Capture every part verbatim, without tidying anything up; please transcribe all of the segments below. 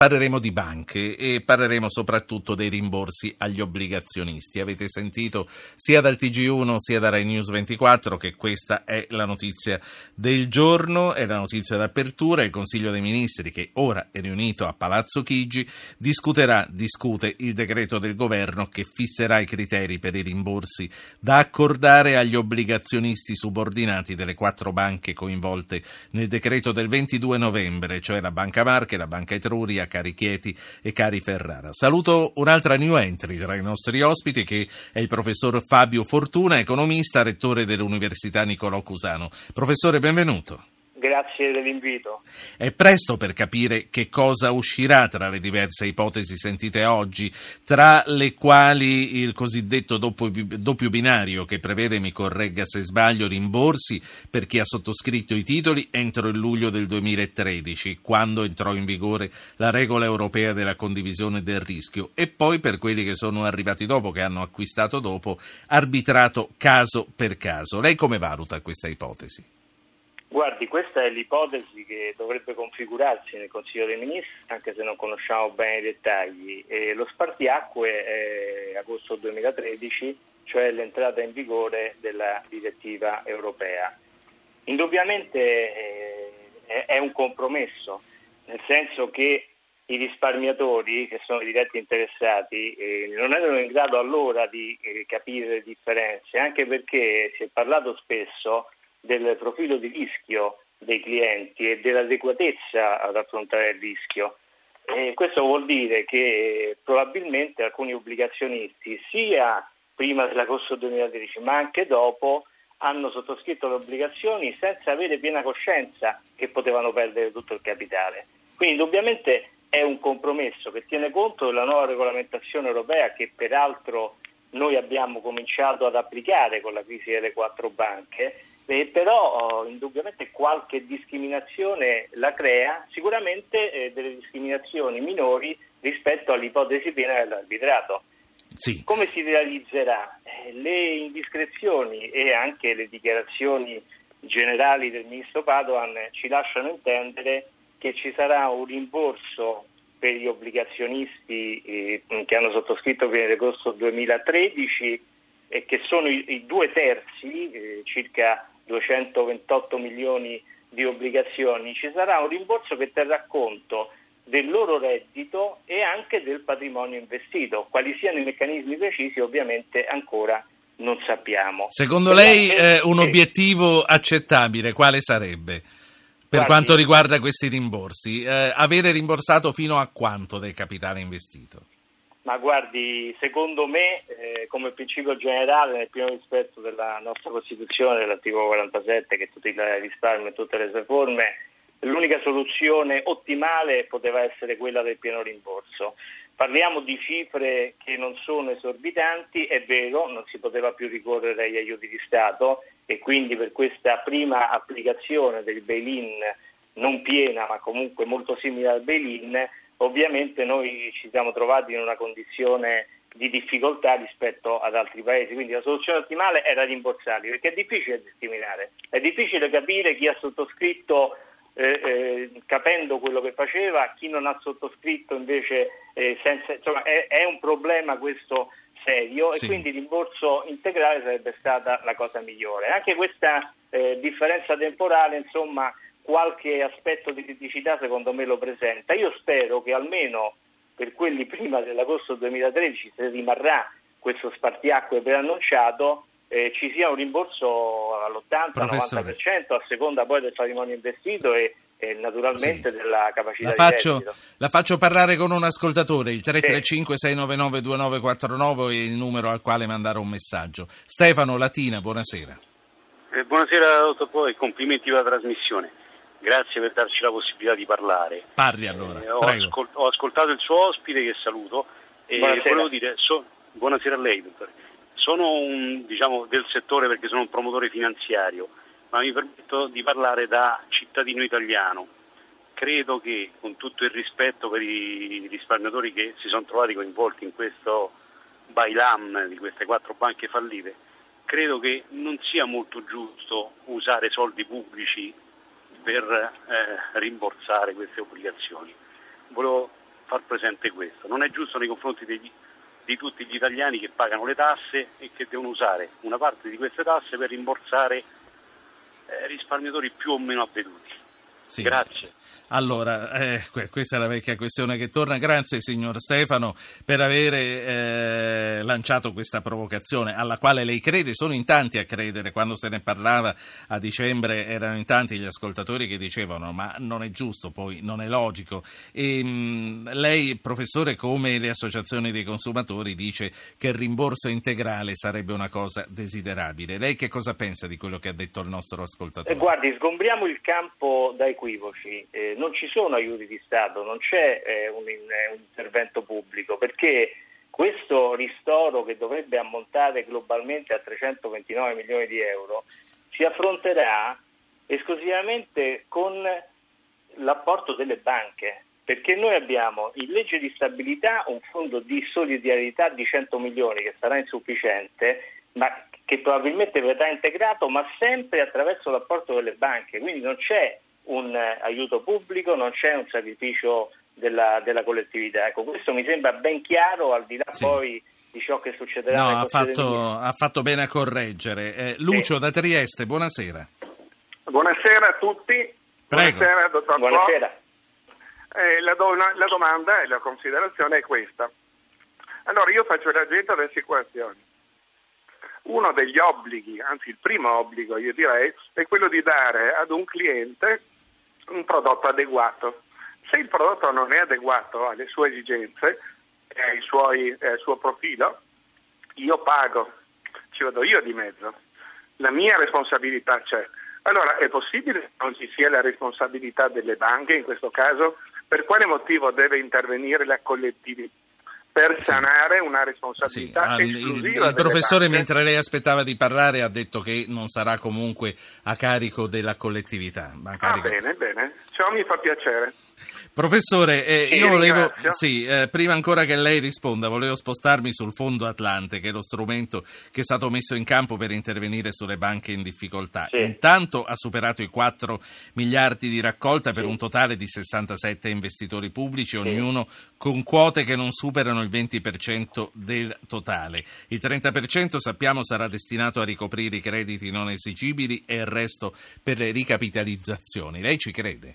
Parleremo di banche e parleremo soprattutto dei rimborsi agli obbligazionisti. Avete sentito sia dal T G uno sia da Rai News ventiquattro che questa è la notizia del giorno, è la notizia d'apertura. Il Consiglio dei Ministri, che ora è riunito a Palazzo Chigi, discuterà, discute il decreto del governo che fisserà i criteri per i rimborsi da accordare agli obbligazionisti subordinati delle quattro banche coinvolte nel decreto del ventidue novembre, cioè la Banca Marche, la Banca Etruria, Cari Chieti e Cari Ferrara. Saluto un'altra new entry tra i nostri ospiti, che è il professor Fabio Fortuna, economista, rettore dell'Università Niccolò Cusano. Professore, benvenuto. Grazie dell'invito. È presto per capire che cosa uscirà tra le diverse ipotesi sentite oggi, tra le quali il cosiddetto doppio, doppio binario, che prevede, mi corregga se sbaglio, rimborsi per chi ha sottoscritto i titoli entro il luglio del duemilatredici, quando entrò in vigore la regola europea della condivisione del rischio, e poi per quelli che sono arrivati dopo, che hanno acquistato dopo, arbitrato caso per caso. Lei come valuta questa ipotesi? Guardi, questa è l'ipotesi che dovrebbe configurarsi nel Consiglio dei Ministri, anche se non conosciamo bene i dettagli. E lo spartiacque è agosto duemilatredici, cioè l'entrata in vigore della direttiva europea. Indubbiamente eh, è un compromesso, nel senso che i risparmiatori, che sono i diretti interessati, eh, non erano in grado allora di eh, capire le differenze, anche perché si è parlato spesso del profilo di rischio dei clienti e dell'adeguatezza ad affrontare il rischio. E questo vuol dire che probabilmente alcuni obbligazionisti, sia prima dell'agosto duemilatredici ma anche dopo, hanno sottoscritto le obbligazioni senza avere piena coscienza che potevano perdere tutto il capitale. Quindi indubbiamente è un compromesso che tiene conto della nuova regolamentazione europea, che peraltro noi abbiamo cominciato ad applicare con la crisi delle quattro banche. Eh, però oh, indubbiamente qualche discriminazione la crea, sicuramente eh, delle discriminazioni minori rispetto all'ipotesi piena dell'arbitrato. Sì. Come si realizzerà? Eh, le indiscrezioni e anche le dichiarazioni generali del ministro Padoan ci lasciano intendere che ci sarà un rimborso per gli obbligazionisti eh, che hanno sottoscritto prima di agosto duemilatredici e che sono i, i due terzi, eh, circa duecentoventotto milioni di obbligazioni. Ci sarà un rimborso che terrà conto del loro reddito e anche del patrimonio investito. Quali siano i meccanismi precisi ovviamente ancora non sappiamo. Secondo lei eh, un obiettivo accettabile quale sarebbe per Guardi, quanto riguarda questi rimborsi? Eh, avere rimborsato fino a quanto del capitale investito? Ma guardi, secondo me, eh, come principio generale, nel pieno rispetto della nostra Costituzione, dell'articolo quarantasette, che tutela il risparmio e tutte le sue forme, l'unica soluzione ottimale poteva essere quella del pieno rimborso. Parliamo di cifre che non sono esorbitanti, è vero, non si poteva più ricorrere agli aiuti di Stato e quindi per questa prima applicazione del bail-in, non piena ma comunque molto simile al bail-in, ovviamente noi ci siamo trovati in una condizione di difficoltà rispetto ad altri paesi, quindi la soluzione ottimale era rimborsarli, perché è difficile discriminare, è difficile capire chi ha sottoscritto eh, eh, capendo quello che faceva, chi non ha sottoscritto invece eh, senza, insomma è, è un problema questo serio, sì. E quindi il rimborso integrale sarebbe stata la cosa migliore. Anche questa eh, differenza temporale, insomma, qualche aspetto di criticità secondo me lo presenta. Io spero che almeno per quelli prima dell'agosto duemilatredici, se rimarrà questo spartiacque preannunciato, eh, ci sia un rimborso all'ottanta novanta per cento a seconda poi del patrimonio investito e, e naturalmente sì. della capacità la di faccio, reddito. La faccio parlare con un ascoltatore, il tre tre cinque sei nove nove due nove quattro nove è il numero al quale mandare un messaggio. Stefano Latina, buonasera. Eh, buonasera dottor Poi, complimenti per la trasmissione. Grazie per darci la possibilità di parlare. Parli allora, eh, ho, ascol- ho ascoltato il suo ospite, che saluto, e volevo dire, so, buonasera a lei, dottore. Sono un, diciamo, del settore perché sono un promotore finanziario, ma mi permetto di parlare da cittadino italiano. Credo che, con tutto il rispetto per i risparmiatori che si sono trovati coinvolti in questo bailam di queste quattro banche fallite, credo che non sia molto giusto usare soldi pubblici per eh, rimborsare queste obbligazioni. Volevo far presente questo. Non è giusto nei confronti degli, di tutti gli italiani che pagano le tasse e che devono usare una parte di queste tasse per rimborsare eh, risparmiatori più o meno avveduti. Sì. Grazie. Allora, eh, questa è la vecchia questione che torna. Grazie signor Stefano per aver eh, lanciato questa provocazione alla quale lei crede. Sono in tanti a credere. Quando se ne parlava a dicembre erano in tanti gli ascoltatori che dicevano ma non è giusto, poi non è logico. E, mh, lei, professore, come le associazioni dei consumatori, dice che il rimborso integrale sarebbe una cosa desiderabile. Lei che cosa pensa di quello che ha detto il nostro ascoltatore? Eh, guardi, sgombriamo il campo da equivoci. Eh, non ci sono aiuti di Stato, non c'è eh, un, un intervento pubblico, perché questo ristoro, che dovrebbe ammontare globalmente a trecentoventinove milioni di euro, si affronterà esclusivamente con l'apporto delle banche, perché noi abbiamo in legge di stabilità un fondo di solidarietà di cento milioni che sarà insufficiente, ma che probabilmente verrà integrato, ma sempre attraverso l'apporto delle banche, quindi non c'è un aiuto pubblico, non c'è un sacrificio della, della collettività. Ecco, questo mi sembra ben chiaro, al di là sì. poi di ciò che succederà. No, ha fatto, ha fatto bene a correggere. Eh, Lucio sì. da Trieste, buonasera. Buonasera a tutti. Prego. Buonasera, dottor Buonasera. Eh, la, do, la domanda e la considerazione è questa. Allora, io faccio l'agente delle assicurazioni. Uno degli obblighi, anzi il primo obbligo io direi, è quello di dare ad un cliente un prodotto adeguato. Se il prodotto non è adeguato alle sue esigenze e ai suoi, eh, al suo profilo, io pago, ci vado io di mezzo, la mia responsabilità c'è. Allora è possibile che non ci sia la responsabilità delle banche in questo caso? Per quale motivo deve intervenire la collettività? Per sanare sì. una responsabilità sì. esclusiva. Il, il professore, banche. Mentre lei aspettava di parlare, ha detto che non sarà comunque a carico della collettività. A carico... Ah, bene, bene. Ciò mi fa piacere. Professore, eh, io volevo, sì, eh, prima ancora che lei risponda, volevo spostarmi sul Fondo Atlante, che è lo strumento che è stato messo in campo per intervenire sulle banche in difficoltà. Sì. Intanto ha superato i quattro miliardi di raccolta per sì. un totale di sessantasette investitori pubblici, sì. ognuno con quote che non superano il venti per cento del totale. Il trenta per cento sappiamo sarà destinato a ricoprire i crediti non esigibili e il resto per le ricapitalizzazioni. Lei ci crede?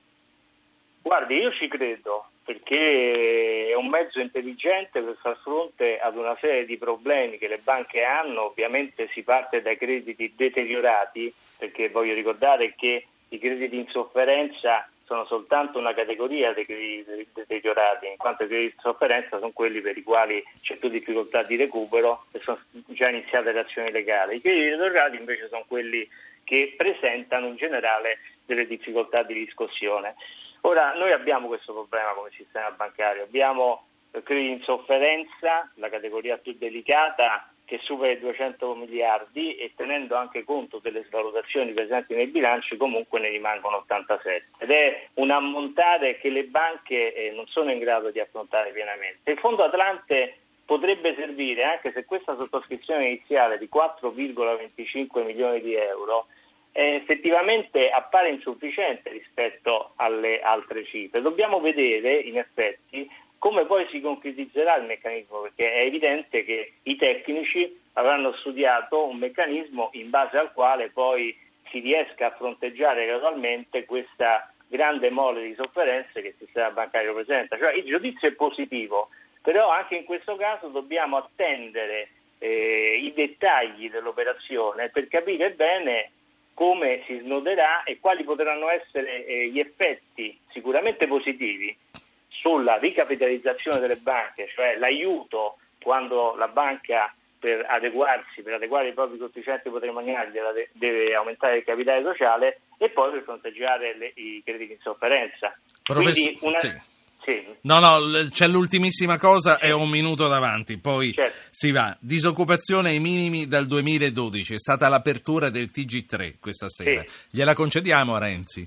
Guardi, io ci credo, perché è un mezzo intelligente per far fronte ad una serie di problemi che le banche hanno. Ovviamente si parte dai crediti deteriorati, perché voglio ricordare che i crediti in sofferenza sono soltanto una categoria dei crediti deteriorati, in quanto i crediti in sofferenza sono quelli per i quali c'è più difficoltà di recupero e sono già iniziate le azioni legali. I crediti deteriorati invece sono quelli che presentano in generale delle difficoltà di riscossione. Ora, noi abbiamo questo problema come sistema bancario, abbiamo crediti in sofferenza, la categoria più delicata, che supera i duecento miliardi, e tenendo anche conto delle svalutazioni presenti nei bilanci comunque ne rimangono ottantasette, ed è un ammontare che le banche eh, non sono in grado di affrontare pienamente. Il Fondo Atlante potrebbe servire, anche se questa sottoscrizione iniziale di quattro virgola venticinque milioni di euro Eh, effettivamente appare insufficiente rispetto alle altre cifre. Dobbiamo vedere in effetti come poi si concretizzerà il meccanismo, perché è evidente che i tecnici avranno studiato un meccanismo in base al quale poi si riesca a fronteggiare gradualmente questa grande mole di sofferenze che il sistema bancario presenta. Cioè, il giudizio è positivo, però anche in questo caso dobbiamo attendere eh, i dettagli dell'operazione per capire bene come si snoderà e quali potranno essere eh, gli effetti sicuramente positivi sulla ricapitalizzazione delle banche, cioè l'aiuto quando la banca per adeguarsi, per adeguare i propri coefficienti patrimoniali deve, deve aumentare il capitale sociale, e poi per fronteggiare le, i crediti in sofferenza. Professor... Quindi una... sì. Sì. No, no, c'è l'ultimissima cosa e un minuto davanti, poi certo. si va. Disoccupazione ai minimi dal duemiladodici, è stata l'apertura del T G tre questa sera. Sì. Gliela concediamo a Renzi?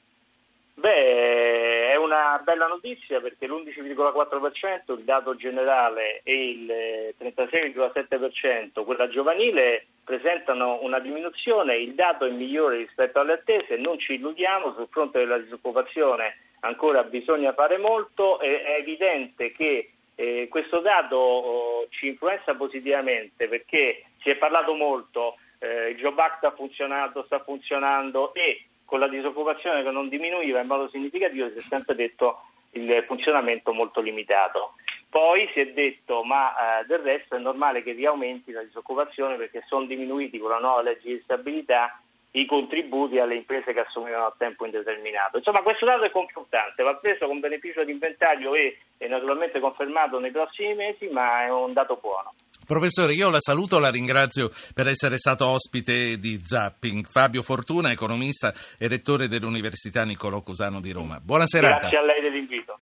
Beh, è una bella notizia, perché l'undici virgola quattro per cento, il dato generale, e il trentasei virgola sette per cento, quella giovanile, presentano una diminuzione. Il dato è migliore rispetto alle attese, non ci illudiamo, sul fronte della disoccupazione ancora bisogna fare molto. È, è evidente che eh, questo dato oh, ci influenza positivamente, perché si è parlato molto, eh, il Job Act sta funzionando, sta funzionando e con la disoccupazione che non diminuiva in modo significativo si è sempre detto il funzionamento molto limitato. Poi si è detto ma eh, del resto è normale che riaumenti la disoccupazione perché sono diminuiti con la nuova legge di stabilità i contributi alle imprese che assumevano a tempo indeterminato. Insomma, questo dato è confortante, va preso con beneficio di inventario e, e naturalmente confermato nei prossimi mesi, ma è un dato buono. Professore, io la saluto, la ringrazio per essere stato ospite di Zapping. Fabio Fortuna, economista e rettore dell'Università Niccolò Cusano di Roma. Buona serata. Grazie a lei dell'invito.